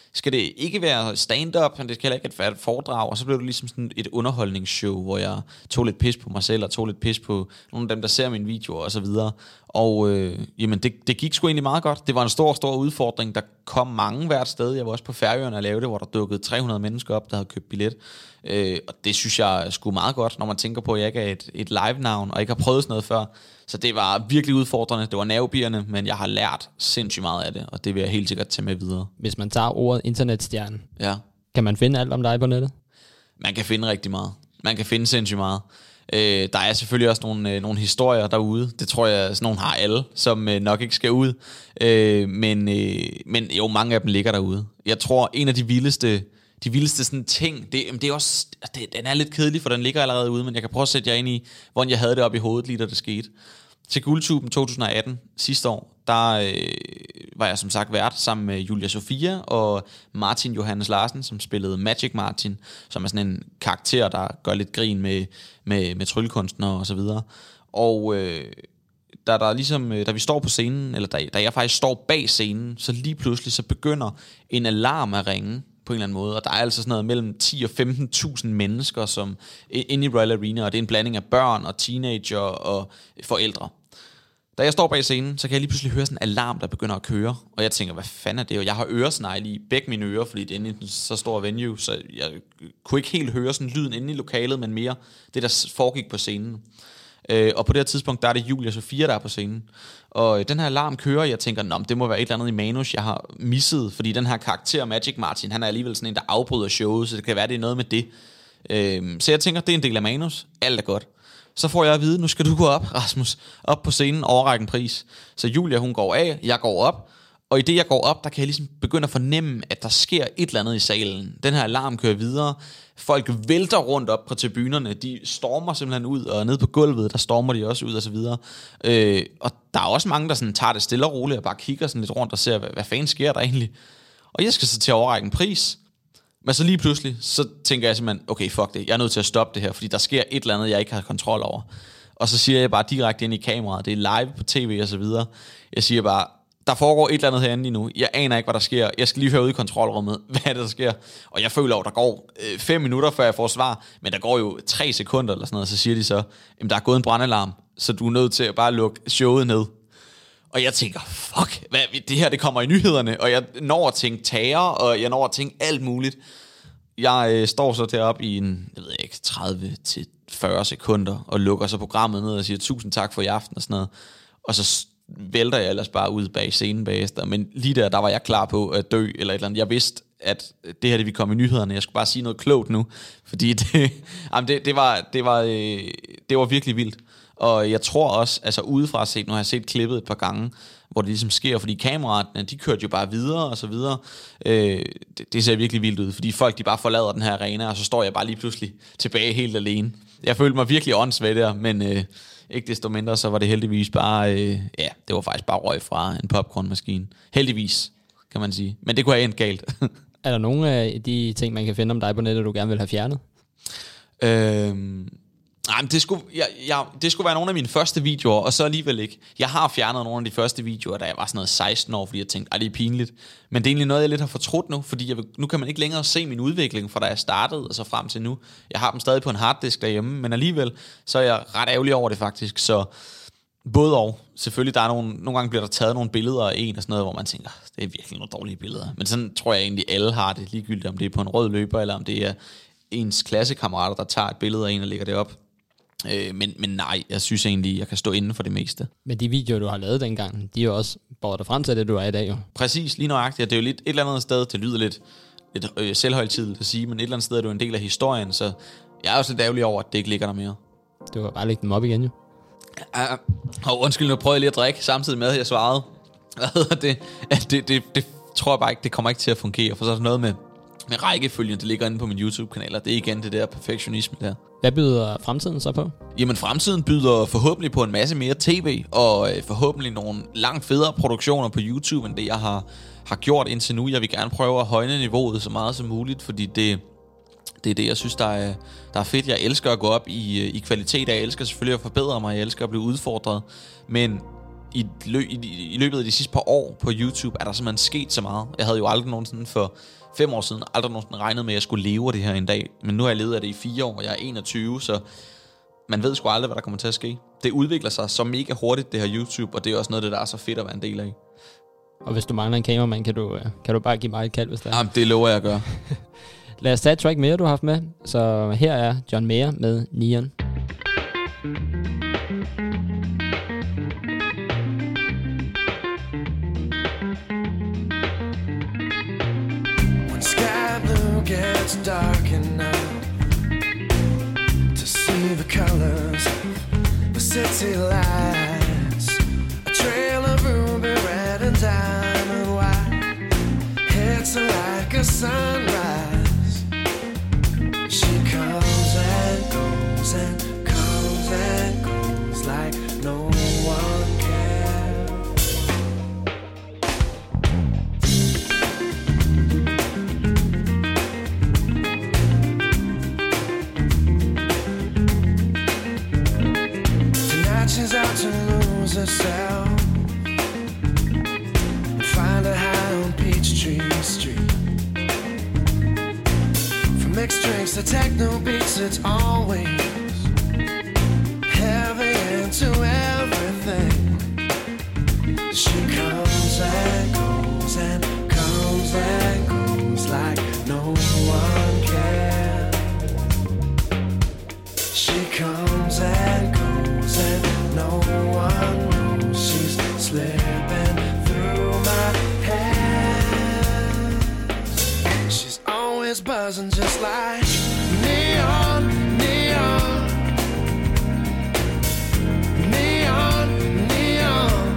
skal det ikke være stand-up, men det skal heller ikke være et foredrag, og så blev det ligesom sådan et underholdningsshow, hvor jeg tog lidt pis på mig selv, og tog lidt pis på nogle af dem, der ser mine videoer og så videre. Og øh, jamen, det, det gik sgu egentlig meget godt. Det var en stor, stor udfordring. Der kom mange hvert sted. Jeg var også på Færøerne og lavede det, hvor der dukkede tre hundrede mennesker op, der havde købt billet. Øh, og det synes jeg er sgu meget godt, når man tænker på, at jeg ikke er et, et live-navn, og ikke har prøvet sådan noget før. Så det var virkelig udfordrende. Det var nervepirrende, men jeg har lært sindssygt meget af det, og det vil jeg helt sikkert tage med videre. Hvis man tager ordet internetstjerne, ja. Kan man finde alt om dig på nettet? Man kan finde rigtig meget. Man kan finde sindssygt meget. Øh, der er selvfølgelig også nogle, øh, nogle historier derude. Det tror jeg, sådan nogle har alle, som øh, nok ikke skal ud. Øh, men, øh, men jo, mange af dem ligger derude. Jeg tror, en af de vildeste, de vildeste sådan ting, det, det er også, det, den er lidt kedelig, for den ligger allerede ude, men jeg kan prøve at sætte jer ind i, hvordan jeg havde det op i hovedet, lige da det skete. Til Guldtuben to tusind atten, sidste år, der øh, var jeg som sagt vært sammen med Julia Sofia og Martin Johannes Larsen, som spillede Magic Martin, som er sådan en karakter, der gør lidt grin med, med, med tryllekunstnere og så videre. Og øh, da, der ligesom, da vi står på scenen, eller da, da jeg faktisk står bag scenen, så lige pludselig så begynder en alarm at ringe på en eller anden måde, og der er altså sådan noget mellem ti og femten tusind mennesker som inde i Royal Arena, og det er en blanding af børn og teenager og forældre. Da jeg står bag scenen, så kan jeg lige pludselig høre sådan en alarm, der begynder at køre, og jeg tænker, hvad fanden er det? Og jeg har øresnegle i begge mine ører, fordi det er inde i så stor venue, så jeg kunne ikke helt høre sådan lyden inde i lokalet, men mere det, der foregik på scenen. Øh, og på det her tidspunkt, der er det Julia Sofia, der er på scenen. Og den her alarm kører, og jeg tænker, nå, det må være et eller andet i manus, jeg har misset, fordi den her karakter, Magic Martin, han er alligevel sådan en, der afbryder showet, så det kan være, det er noget med det. Øh, så jeg tænker, det er en del af manus, alt er godt. Så får jeg at vide, nu skal du gå op, Rasmus, op på scenen, overrække en pris. Så Julia, hun går af, jeg går op, og i det jeg går op, der kan jeg ligesom begynde at fornemme, at der sker et eller andet i salen. Den her alarm kører videre, folk vælter rundt op på tribunerne, de stormer simpelthen ud, og nede på gulvet, der stormer de også ud og så videre. Øh, og der er også mange, der sådan tager det stille og roligt, og bare kigger sådan lidt rundt og ser, hvad, hvad fanden sker der egentlig? Og jeg skal så til at overrække en pris. Men så lige pludselig, så tænker jeg simpelthen, okay, fuck det, jeg er nødt til at stoppe det her, fordi der sker et eller andet, jeg ikke har kontrol over. Og så siger jeg bare direkte ind i kameraet, det er live på tv og så videre. Jeg siger bare, der foregår et eller andet herinde lige nu. Jeg aner ikke, hvad der sker. Jeg skal lige høre ud i kontrolrummet, hvad er det, der sker? Og jeg føler jo, der går øh, fem minutter, før jeg får svar, men der går jo tre sekunder eller sådan noget, så siger de så, jamen der er gået en brandalarm, så du er nødt til at bare lukke showet ned. Og jeg tænker, fuck, hvad, det her det kommer i nyhederne, og jeg når at tænke tager, og jeg når at tænke alt muligt. Jeg øh, står så deroppe i en, jeg ved ikke, tredive til fyrre sekunder, og lukker så programmet ned og siger, tusind tak for i aften og sådan noget. Og så vælter jeg ellers bare ud bag scenen bagefter. Men lige der, der var jeg klar på at dø, eller et eller andet. Jeg vidste, at det her, det vi kom i nyhederne. Jeg skulle bare sige noget klogt nu, fordi det, jamen det, det, var, det, var, øh, det var virkelig vildt. Og jeg tror også, altså udefra set, nu har jeg set klippet et par gange, hvor det ligesom sker, fordi kameraerne, de kørte jo bare videre og så videre. Øh, det, det ser virkelig vildt ud, fordi folk, de bare forlader den her arena, og så står jeg bare lige pludselig tilbage helt alene. Jeg følte mig virkelig åndssvagt der, men øh, ikke desto mindre, så var det heldigvis bare, øh, ja, det var faktisk bare røg fra en popcornmaskine. Heldigvis, kan man sige. Men det kunne have endt galt. Er der nogle af de ting, man kan finde om dig på nettet, du gerne vil have fjernet? Øhm... Nej, men det skulle, jeg, jeg, det skulle være nogle af mine første videoer, og så alligevel ikke. Jeg har fjernet nogle af de første videoer, da jeg var sådan noget seksten år, fordi jeg tænkte, ej, det er pinligt. Men det er egentlig noget, jeg lidt har fortrudt nu, fordi jeg, nu kan man ikke længere se min udvikling, fra da jeg startede og så frem til nu. Jeg har dem stadig på en harddisk derhjemme, men alligevel, så er jeg ret ærgerlig over det faktisk. Så både og. Selvfølgelig, der er nogle, nogle gange bliver der taget nogle billeder af en og sådan noget, hvor man tænker, det er virkelig nogle dårlige billeder. Men sådan tror jeg egentlig, alle har det, ligegyldigt om det er på en rød løber, eller om det er ens klassekammerater, der tager et billede af en og lægger det op. Øh, men, men nej, jeg synes egentlig, jeg kan stå inden for det meste. Men de videoer, du har lavet dengang, de er jo også båret dig frem til det, du er i dag jo. Præcis, lige nøjagtigt. Det er jo lidt et eller andet sted, det lyder lidt, lidt øh, selvhøjtideligt at sige, men et eller andet sted er du en del af historien, så jeg er også lidt ærgerlig over, at det ikke ligger der mere. Du kan bare lægge dem op igen jo. Uh, og undskyld, nu prøver jeg lige at drikke, samtidig med, at jeg svarede. Hvad hedder det? At det, det, det tror jeg bare ikke, det kommer ikke til at fungere, for så er der noget med, med rækkefølgen, det ligger inde på min YouTube-kanal, og det er igen det der perfektionisme der. Hvad byder fremtiden så på? Jamen fremtiden byder forhåbentlig på en masse mere tv, og øh, forhåbentlig nogle langt federe produktioner på YouTube, end det jeg har, har gjort indtil nu. Jeg vil gerne prøve at højne niveauet så meget som muligt, fordi det, det er det, jeg synes, der er, der er fedt. Jeg elsker at gå op i, i kvalitet, jeg elsker selvfølgelig at forbedre mig, jeg elsker at blive udfordret, men i, lø, i, i løbet af de sidste par år på YouTube, er der simpelthen sket så meget. Jeg havde jo aldrig nogensinde for fem år siden, aldrig nogensinde regnet med, at jeg skulle leve af det her en dag. Men nu har jeg levet af det i fire år, og jeg er enogtyve, så man ved sgu aldrig, hvad der kommer til at ske. Det udvikler sig så mega hurtigt, det her YouTube, og det er også noget af det, der er så fedt at være en del af. Og hvis du mangler en kameraman, kan du, kan du bare give mig et kald, hvis det er. Jamen, det lover jeg at gøre. Lad os tage et track mere, du har haft med. Så her er John Mayer med Neon. When sky blue gets dark enough to see the colors of the city lights, a trail of ruby red and diamond white hits her like a sunrise. She comes and goes and comes and goes like no one cares. Tonight she's out to lose herself and find her high on Peachtree Street. From mixed drinks to techno beats, it's always heavy into everything. She comes and goes and comes and goes like no one cares. She comes and goes and no one knows she's slipping through my hands. She's always buzzing just like neon, neon, neon, neon.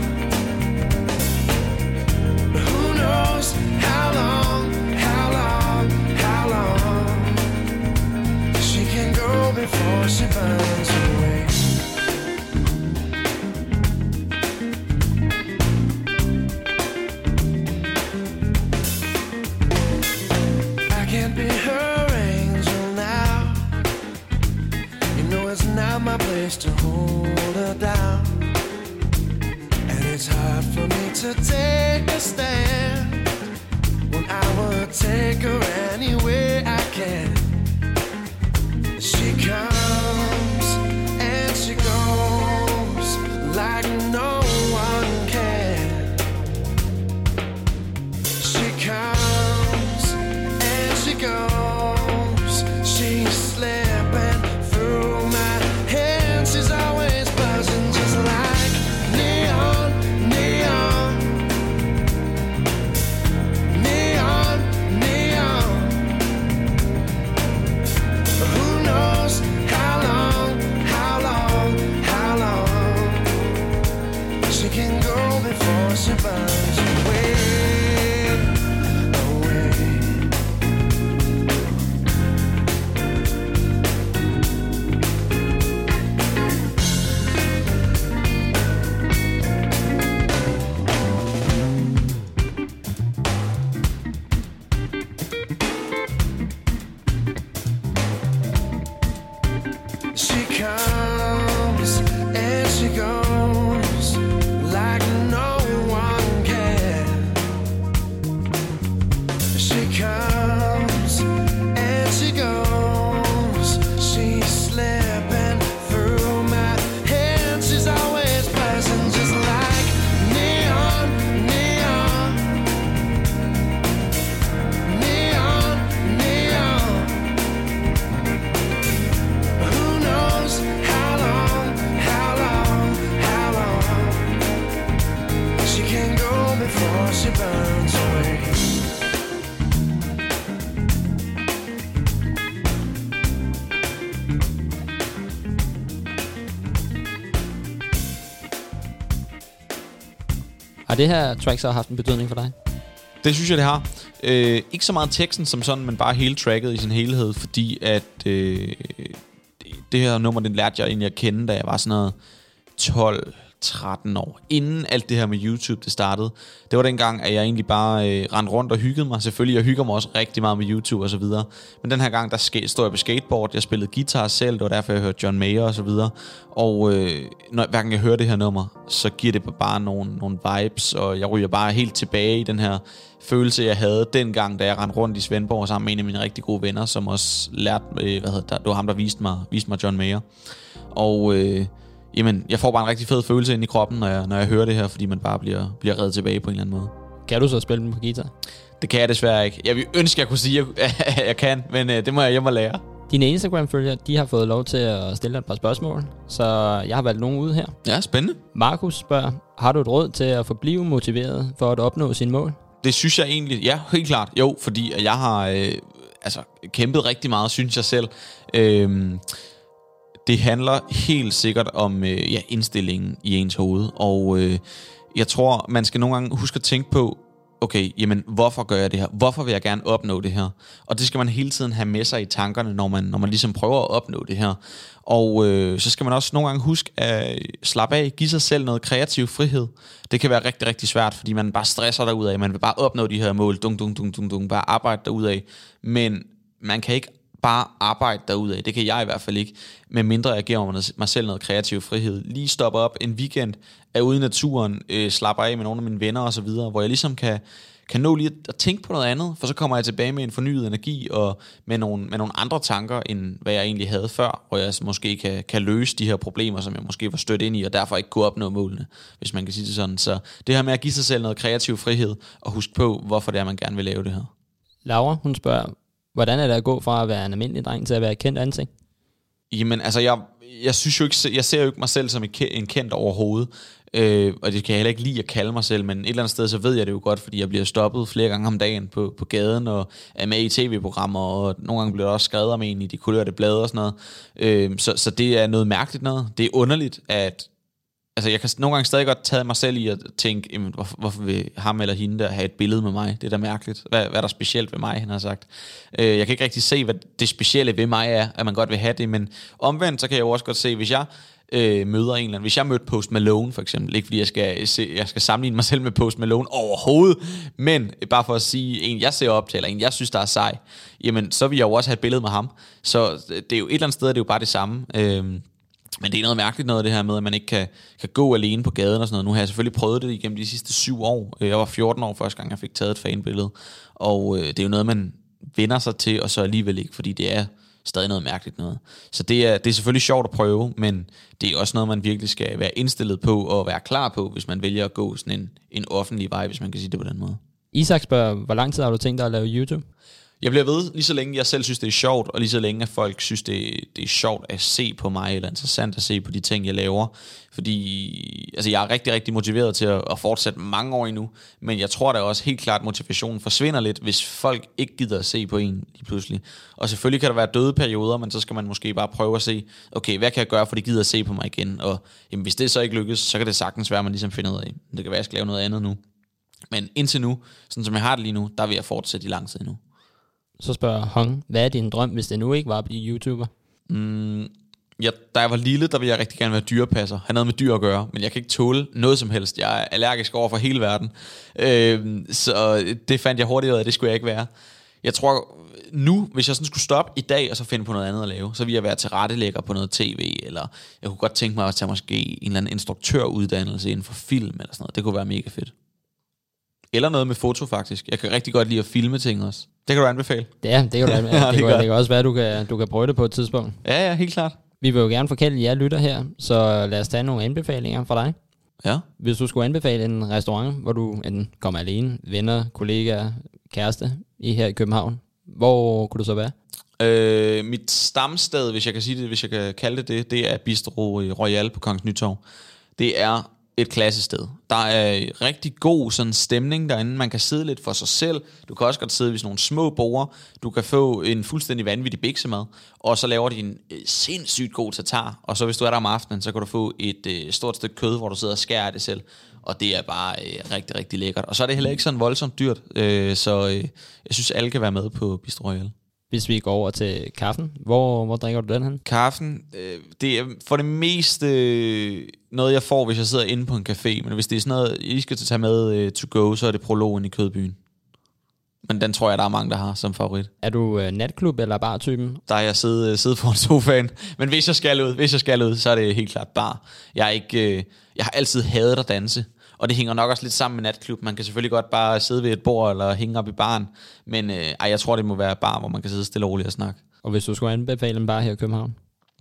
Who knows how long, how long, how long she can go before she burns away. I can't be her angel now. You know it's not my place to hold her down. And it's hard for me to take a stand when I would take her any way I can. She comes and she goes like no one can. She comes and she goes. She's slipping through my hands. She's always buzzing just like neon, neon, neon, neon. Who knows how long, how long, how long she can go before she burns away, away. She comes and she goes like no one can. She comes and she goes. She's slipping through my hands. She's always buzzing just like neon, neon, neon, neon. Who knows how long, how long, how long she can go before she burns away. Har det her track så haft en betydning for dig? Det synes jeg, det har. Øh, ikke så meget teksten som sådan, men bare hele tracket i sin helhed, fordi at øh, det her nummer, den lærte jeg egentlig at kende, da jeg var sådan noget tolv tretten år, inden alt det her med YouTube det startede. Det var dengang, at jeg egentlig bare øh, rendte rundt og hyggede mig. Selvfølgelig, jeg hygger mig også rigtig meget med YouTube og så videre. Men den her gang, der sk- stod jeg på skateboard, jeg spillede guitar selv, det var derfor, jeg hørte John Mayer og så videre. Og øh, når hver gang jeg hører det her nummer, så giver det bare nogle, nogle vibes, og jeg ryger bare helt tilbage i den her følelse, jeg havde dengang, da jeg rendte rundt i Svendborg sammen med en af mine rigtig gode venner, som også lærte, øh, hvad hedder det, det var ham, der viste mig, viste mig John Mayer. Og øh, jamen, jeg får bare en rigtig fed følelse ind i kroppen, når jeg, når jeg hører det her, fordi man bare bliver, bliver reddet tilbage på en eller anden måde. Kan du så spille den på guitar? Det kan jeg desværre ikke. Jeg vil ønske, jeg kunne sige, at jeg kan, men øh, det må jeg hjem og lære. Dine Instagram-følgere, de har fået lov til at stille dig et par spørgsmål, så jeg har valgt nogen ud her. Ja, spændende. Markus spørger, har du et råd til at forblive motiveret for at opnå sine mål? Det synes jeg egentlig, ja, helt klart. Jo, fordi jeg har øh, altså, kæmpet rigtig meget, synes jeg selv. Øh, det handler helt sikkert om øh, ja, indstillingen i ens hoved, og øh, jeg tror, man skal nogle gange huske at tænke på, okay, jamen, hvorfor gør jeg det her? Hvorfor vil jeg gerne opnå det her? Og det skal man hele tiden have med sig i tankerne, når man, når man ligesom prøver at opnå det her. Og øh, så skal man også nogle gange huske at slappe af, give sig selv noget kreativ frihed. Det kan være rigtig, rigtig svært, fordi man bare stresser derudad. Man vil bare opnå de her mål, dung, dung, dung, dung, dung, bare arbejde derudad. Men man kan ikke bare arbejde derudad. Det kan jeg i hvert fald ikke, med mindre jeg giver mig selv noget kreativ frihed. Lige stoppe op en weekend, er ude i naturen, øh, slapper af med nogle af mine venner og så videre, hvor jeg ligesom kan, kan nå lige at tænke på noget andet, for så kommer jeg tilbage med en fornyet energi og med nogle, med nogle andre tanker, end hvad jeg egentlig havde før, hvor jeg måske kan, kan løse de her problemer, som jeg måske var stødt ind i, og derfor ikke kunne opnå målene, hvis man kan sige det sådan. Så det her med at give sig selv noget kreativ frihed, og huske på, hvorfor det er, man gerne vil lave det her. Laura, hun spørger, hvordan er det at gå fra at være en almindelig dreng til at være et kendt ansigt? Jamen, altså, jeg, jeg synes jo ikke, jeg ser jo ikke mig selv som en kendt overhovedet, øh, og det kan jeg heller ikke lide at kalde mig selv, men et eller andet sted, så ved jeg det jo godt, fordi jeg bliver stoppet flere gange om dagen på, på gaden, og er med i tv-programmer, og nogle gange bliver der også skrevet om en i de kulørte blade og sådan noget, øh, så, så det er noget mærkeligt noget. Det er underligt, at altså, jeg kan nogle gange stadig godt tage mig selv i at tænke, jamen, hvorfor, hvorfor vil ham eller hende der have et billede med mig? Det er da mærkeligt. Hvad, hvad er der specielt ved mig, han har sagt? Øh, jeg kan ikke rigtig se, hvad det specielle ved mig er, at man godt vil have det, men omvendt, så kan jeg jo også godt se, hvis jeg øh, møder en eller anden, hvis jeg mødte Post Malone for eksempel, ikke fordi jeg skal, se, jeg skal sammenligne mig selv med Post Malone overhovedet, men bare for at sige, en jeg ser op til, eller en jeg synes, der er sej, jamen, så vil jeg jo også have et billede med ham. Så det er jo et eller andet sted, det er jo bare det samme. Øh, Men det er noget mærkeligt noget, det her med, at man ikke kan, kan gå alene på gaden og sådan noget. Nu har jeg selvfølgelig prøvet det igennem de sidste syv år. Jeg var fjorten år første gang, jeg fik taget et fanbillede. Og øh, det er jo noget, man vender sig til, og så alligevel ikke, fordi det er stadig noget mærkeligt noget. Så det er, det er selvfølgelig sjovt at prøve, men det er også noget, man virkelig skal være indstillet på og være klar på, hvis man vælger at gå sådan en, en offentlig vej, hvis man kan sige det på den måde. Isak spørger, hvor lang tid har du tænkt dig at lave YouTube? Jeg bliver ved, lige så længe jeg selv synes, det er sjovt, og lige så længe at folk synes, det, det er sjovt at se på mig, eller interessant at se på de ting, jeg laver. Fordi altså, jeg er rigtig, rigtig motiveret til at, at fortsætte mange år endnu, men jeg tror da også helt klart, at motivationen forsvinder lidt, hvis folk ikke gider at se på en lige pludselig. Og selvfølgelig kan der være døde perioder, men så skal man måske bare prøve at se, okay, hvad kan jeg gøre, for de gider at se på mig igen? Og jamen, hvis det så ikke lykkes, så kan det sagtens være, at man ligesom finder ud af, det kan være, at jeg skal lave noget andet nu. Men indtil nu, sådan som jeg har det lige nu, der vil jeg fortsætte i lang tid endnu. Så spørger Hong, hvad er din drøm, hvis det nu ikke var at blive YouTuber? Mm, ja, da jeg var lille, der ville jeg rigtig gerne være dyrepasser. Have noget med dyr at gøre, men jeg kan ikke tåle noget som helst. Jeg er allergisk over for hele verden. Øh, så det fandt jeg hurtigt ud af, at det skulle jeg ikke være. Jeg tror, nu, hvis jeg sådan skulle stoppe i dag, og så finde på noget andet at lave, så ville jeg være tilrettelægger på noget tv, eller jeg kunne godt tænke mig at tage måske en eller anden instruktøruddannelse inden for film, eller sådan noget. Det kunne være mega fedt. Eller noget med foto, faktisk. Jeg kan rigtig godt lide at filme ting også. Det kan du anbefale. Ja, det kan du anbefale. det, det, kan, det kan også være, at du kan, du kan prøve det på et tidspunkt. Ja, ja, helt klart. Vi vil jo gerne forkælde jer lytter her, så lad os tage nogle anbefalinger fra dig. Ja. Hvis du skulle anbefale en restaurant, hvor du enten kommer alene, venner, kollegaer, kæreste i her i København, hvor kunne du så være? Øh, mit stamsted, hvis jeg kan sige det, hvis jeg kan kalde det det, det er Bistro Royal på Kongens Nytorv. Det er et klassested. Der er rigtig god sådan stemning derinde. Man kan sidde lidt for sig selv. Du kan også godt sidde ved sådan nogle små borde. Du kan få en fuldstændig vanvittig biksemad, og så laver de en øh, sindssygt god tatar. Og så hvis du er der om aftenen, så kan du få et øh, stort stykke kød, hvor du sidder og skærer det selv. Og det er bare øh, rigtig, rigtig lækkert. Og så er det heller ikke sådan voldsomt dyrt. Øh, så øh, jeg synes, alle kan være med på Bistro Royal. Hvis vi går over til kaffen, hvor, hvor drikker du den hen? Kaffen, øh, det er for det meste øh, noget, jeg får, hvis jeg sidder inde på en café. Men hvis det er sådan noget, I skal tage med øh, to go, så er det Prologen i Kødbyen. Men den tror jeg, der er mange, der har som favorit. Er du øh, natklub eller bar-typen? Der er jeg siddet, siddet foran sofaen. Men hvis jeg skal ud, hvis jeg skal ud, så er det helt klart bar. Jeg, er ikke, øh, jeg har altid hadet at danse. Og det hænger nok også lidt sammen med natklub. Man kan selvfølgelig godt bare sidde ved et bord eller hænge op i baren. Men øh, ej, jeg tror, det må være bar, hvor man kan sidde stille og roligt og snakke. Og hvis du skulle anbefale en bar her i København?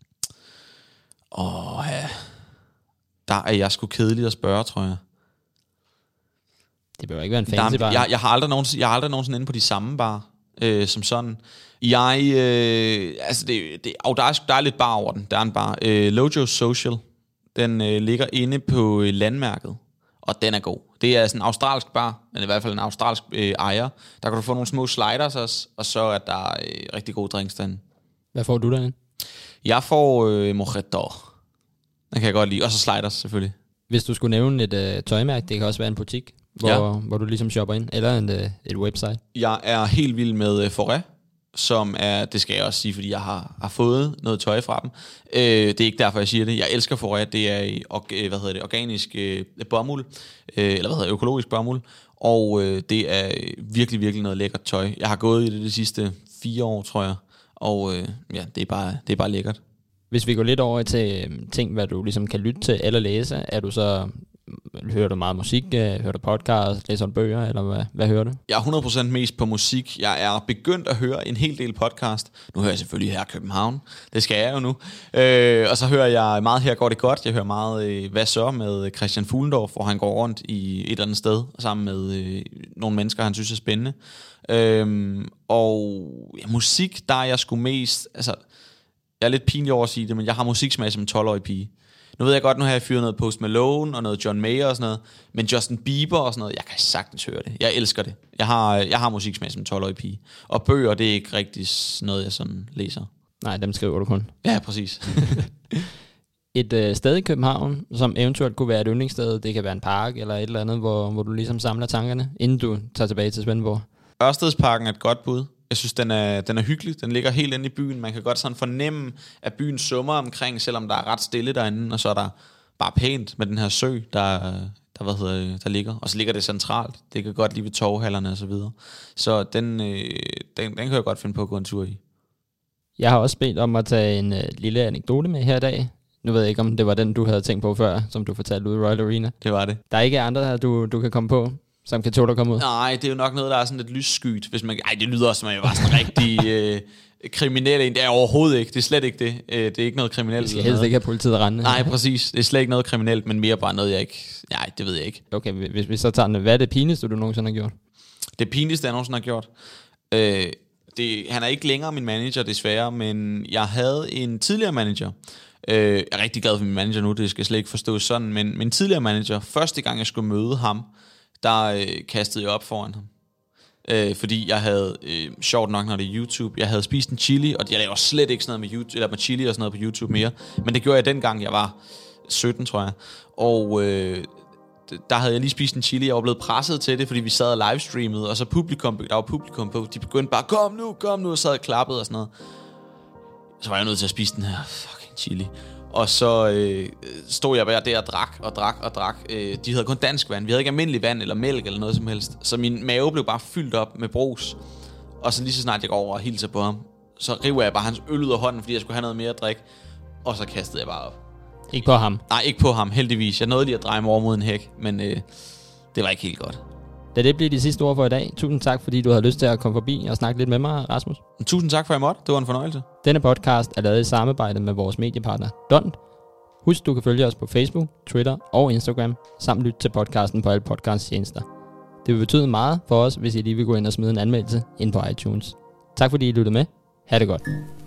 Åh ja. Der er jeg sgu kedelig at spørge, tror jeg. Det bør ikke være en fancy bar. Jeg, jeg, har aldrig nogensinde, jeg har aldrig nogensinde inde på de samme bar, øh, som sådan. Jeg, øh, altså det, det, oh, der, er, der er lidt bar over den. Der er en bar. Øh, Lojo Social, den øh, ligger inde på øh, Landmærket. Og den er god. Det er sådan en australsk bar, men i hvert fald en australsk øh, ejer. Der kan du få nogle små sliders også, og så er der øh, rigtig gode drinks derinde. Hvad får du derinde? Jeg får øh, mojito. Den kan jeg godt lide. Og så sliders selvfølgelig. Hvis du skulle nævne et øh, tøjmærke, det kan også være en butik, hvor, ja. hvor du ligesom shopper ind, eller en, øh, et website. Jeg er helt vild med øh, Forêt, som er, det skal jeg også sige, fordi jeg har, har fået noget tøj fra dem. Øh, det er ikke derfor, jeg siger det. Jeg elsker Forêt. Det er og, hvad hedder det, organisk øh, bomuld, øh, eller hvad hedder det, økologisk bomuld. Og øh, det er virkelig, virkelig noget lækkert tøj. Jeg har gået i det de sidste fire år, tror jeg. Og øh, ja, det er, bare, det er bare lækkert. Hvis vi går lidt over til ting, hvad du ligesom kan lytte til eller læse, er du så... Hører du meget musik? Hører du podcast? Læser du bøger? Eller hvad, hvad hører du? Jeg er hundrede procent mest på musik. Jeg er begyndt at høre en hel del podcast. Nu hører jeg selvfølgelig her i København. Det skal jeg jo nu. Øh, og så hører jeg meget Her går det godt. Jeg hører meget øh, Hvad så med Christian Fuglendorf, hvor han går rundt i et eller andet sted sammen med øh, nogle mennesker, han synes er spændende. Øh, og ja, musik, der er jeg sgu mest... Altså, jeg er lidt pinlig over at sige det, men jeg har musiksmag som tolv-årig pige. Nu ved jeg godt, nu har jeg fyret noget Post Malone og noget John Mayer og sådan noget, men Justin Bieber og sådan noget, jeg kan sagtens høre det. Jeg elsker det. Jeg har, jeg har musiksmag som tolv-årig pige. Og bøger, det er ikke rigtig noget, jeg sådan læser. Nej, dem skriver du kun. Ja, præcis. Et øh, sted i København, som eventuelt kunne være et yndlingssted, det kan være en park eller et eller andet, hvor, hvor du ligesom samler tankerne, inden du tager tilbage til Svendborg. Ørstedsparken er et godt bud. Jeg synes, den er, den er hyggelig. Den ligger helt inde i byen. Man kan godt sådan fornemme, at byen summer omkring, selvom der er ret stille derinde, og så er der bare pænt med den her sø, der, der, hvad hedder, der ligger. Og så ligger det centralt. Det kan godt lige ved torvhallerne og så videre. Så den, øh, den, den kan jeg godt finde på at gå en tur i. Jeg har også bedt om at tage en øh, lille anekdote med her i dag. Nu ved jeg ikke, om det var den, du havde tænkt på før, som du fortalte ude i Royal Arena. Det var det. Der er ikke andre, du, du kan komme på, som kan tåle at komme ud? Nej, det er jo nok noget, der er sådan lidt lysskyt. Hvis man, ej, det lyder også, som at jeg var sådan rigtig øh, kriminel. Det er overhovedet ikke. Det er slet ikke det. Øh, det er ikke noget kriminelt. Det skal helst ikke have politiet rende. Nej, præcis. Det er slet ikke noget kriminelt, men mere bare noget, jeg ikke... Nej, det ved jeg ikke. Okay, hvis vi så tager den. Hvad er det pinligste, du nogensinde har gjort? Det pinligste, jeg nogensinde har gjort? Øh, det, han er ikke længere min manager, desværre, men jeg havde en tidligere manager. Øh, jeg er rigtig glad for min manager nu, det skal slet ikke forstås sådan, men min tidligere manager, første gang jeg skulle møde ham, der øh, kastede jeg op foran ham. Øh, fordi jeg havde, øh, sjovt nok når det er YouTube, jeg havde spist en chili, og jeg laver slet ikke sådan noget med, YouTube, eller med chili og sådan noget på YouTube mere, men det gjorde jeg dengang, jeg var sytten, tror jeg. Og øh, der havde jeg lige spist en chili, jeg var blevet presset til det, fordi vi sad og livestreamede, og så publikum, der var publikum på, de begyndte bare, kom nu, kom nu, og sad og klappede og sådan noget. Så var jeg nødt til at spise den her fucking chili. Og så øh, stod jeg bare der og drak og drak og drak. Øh, de havde kun dansk vand. Vi havde ikke almindelig vand eller mælk eller noget som helst. Så min mave blev bare fyldt op med brus. Og så lige så snart jeg går over og hilser på ham, så river jeg bare hans øl ud af hånden, fordi jeg skulle have noget mere at drikke. Og så kastede jeg bare op. Ikke på ham? Nej, ikke på ham, heldigvis. Jeg nåede lige at dreje mig over mod en hæk, men øh, det var ikke helt godt. Da det blev de sidste ord for i dag. Tusind tak, fordi du havde lyst til at komme forbi og snakke lidt med mig, Rasmus. Tusind tak for, at jeg måtte. Det var en fornøjelse. Denne podcast er lavet i samarbejde med vores mediepartner Dont. Husk, du kan følge os på Facebook, Twitter og Instagram, samt lytte til podcasten på alle podcasttjenester. Det vil betyde meget for os, hvis I lige vil gå ind og smide en anmeldelse ind på iTunes. Tak fordi I lyttede med. Ha' det godt.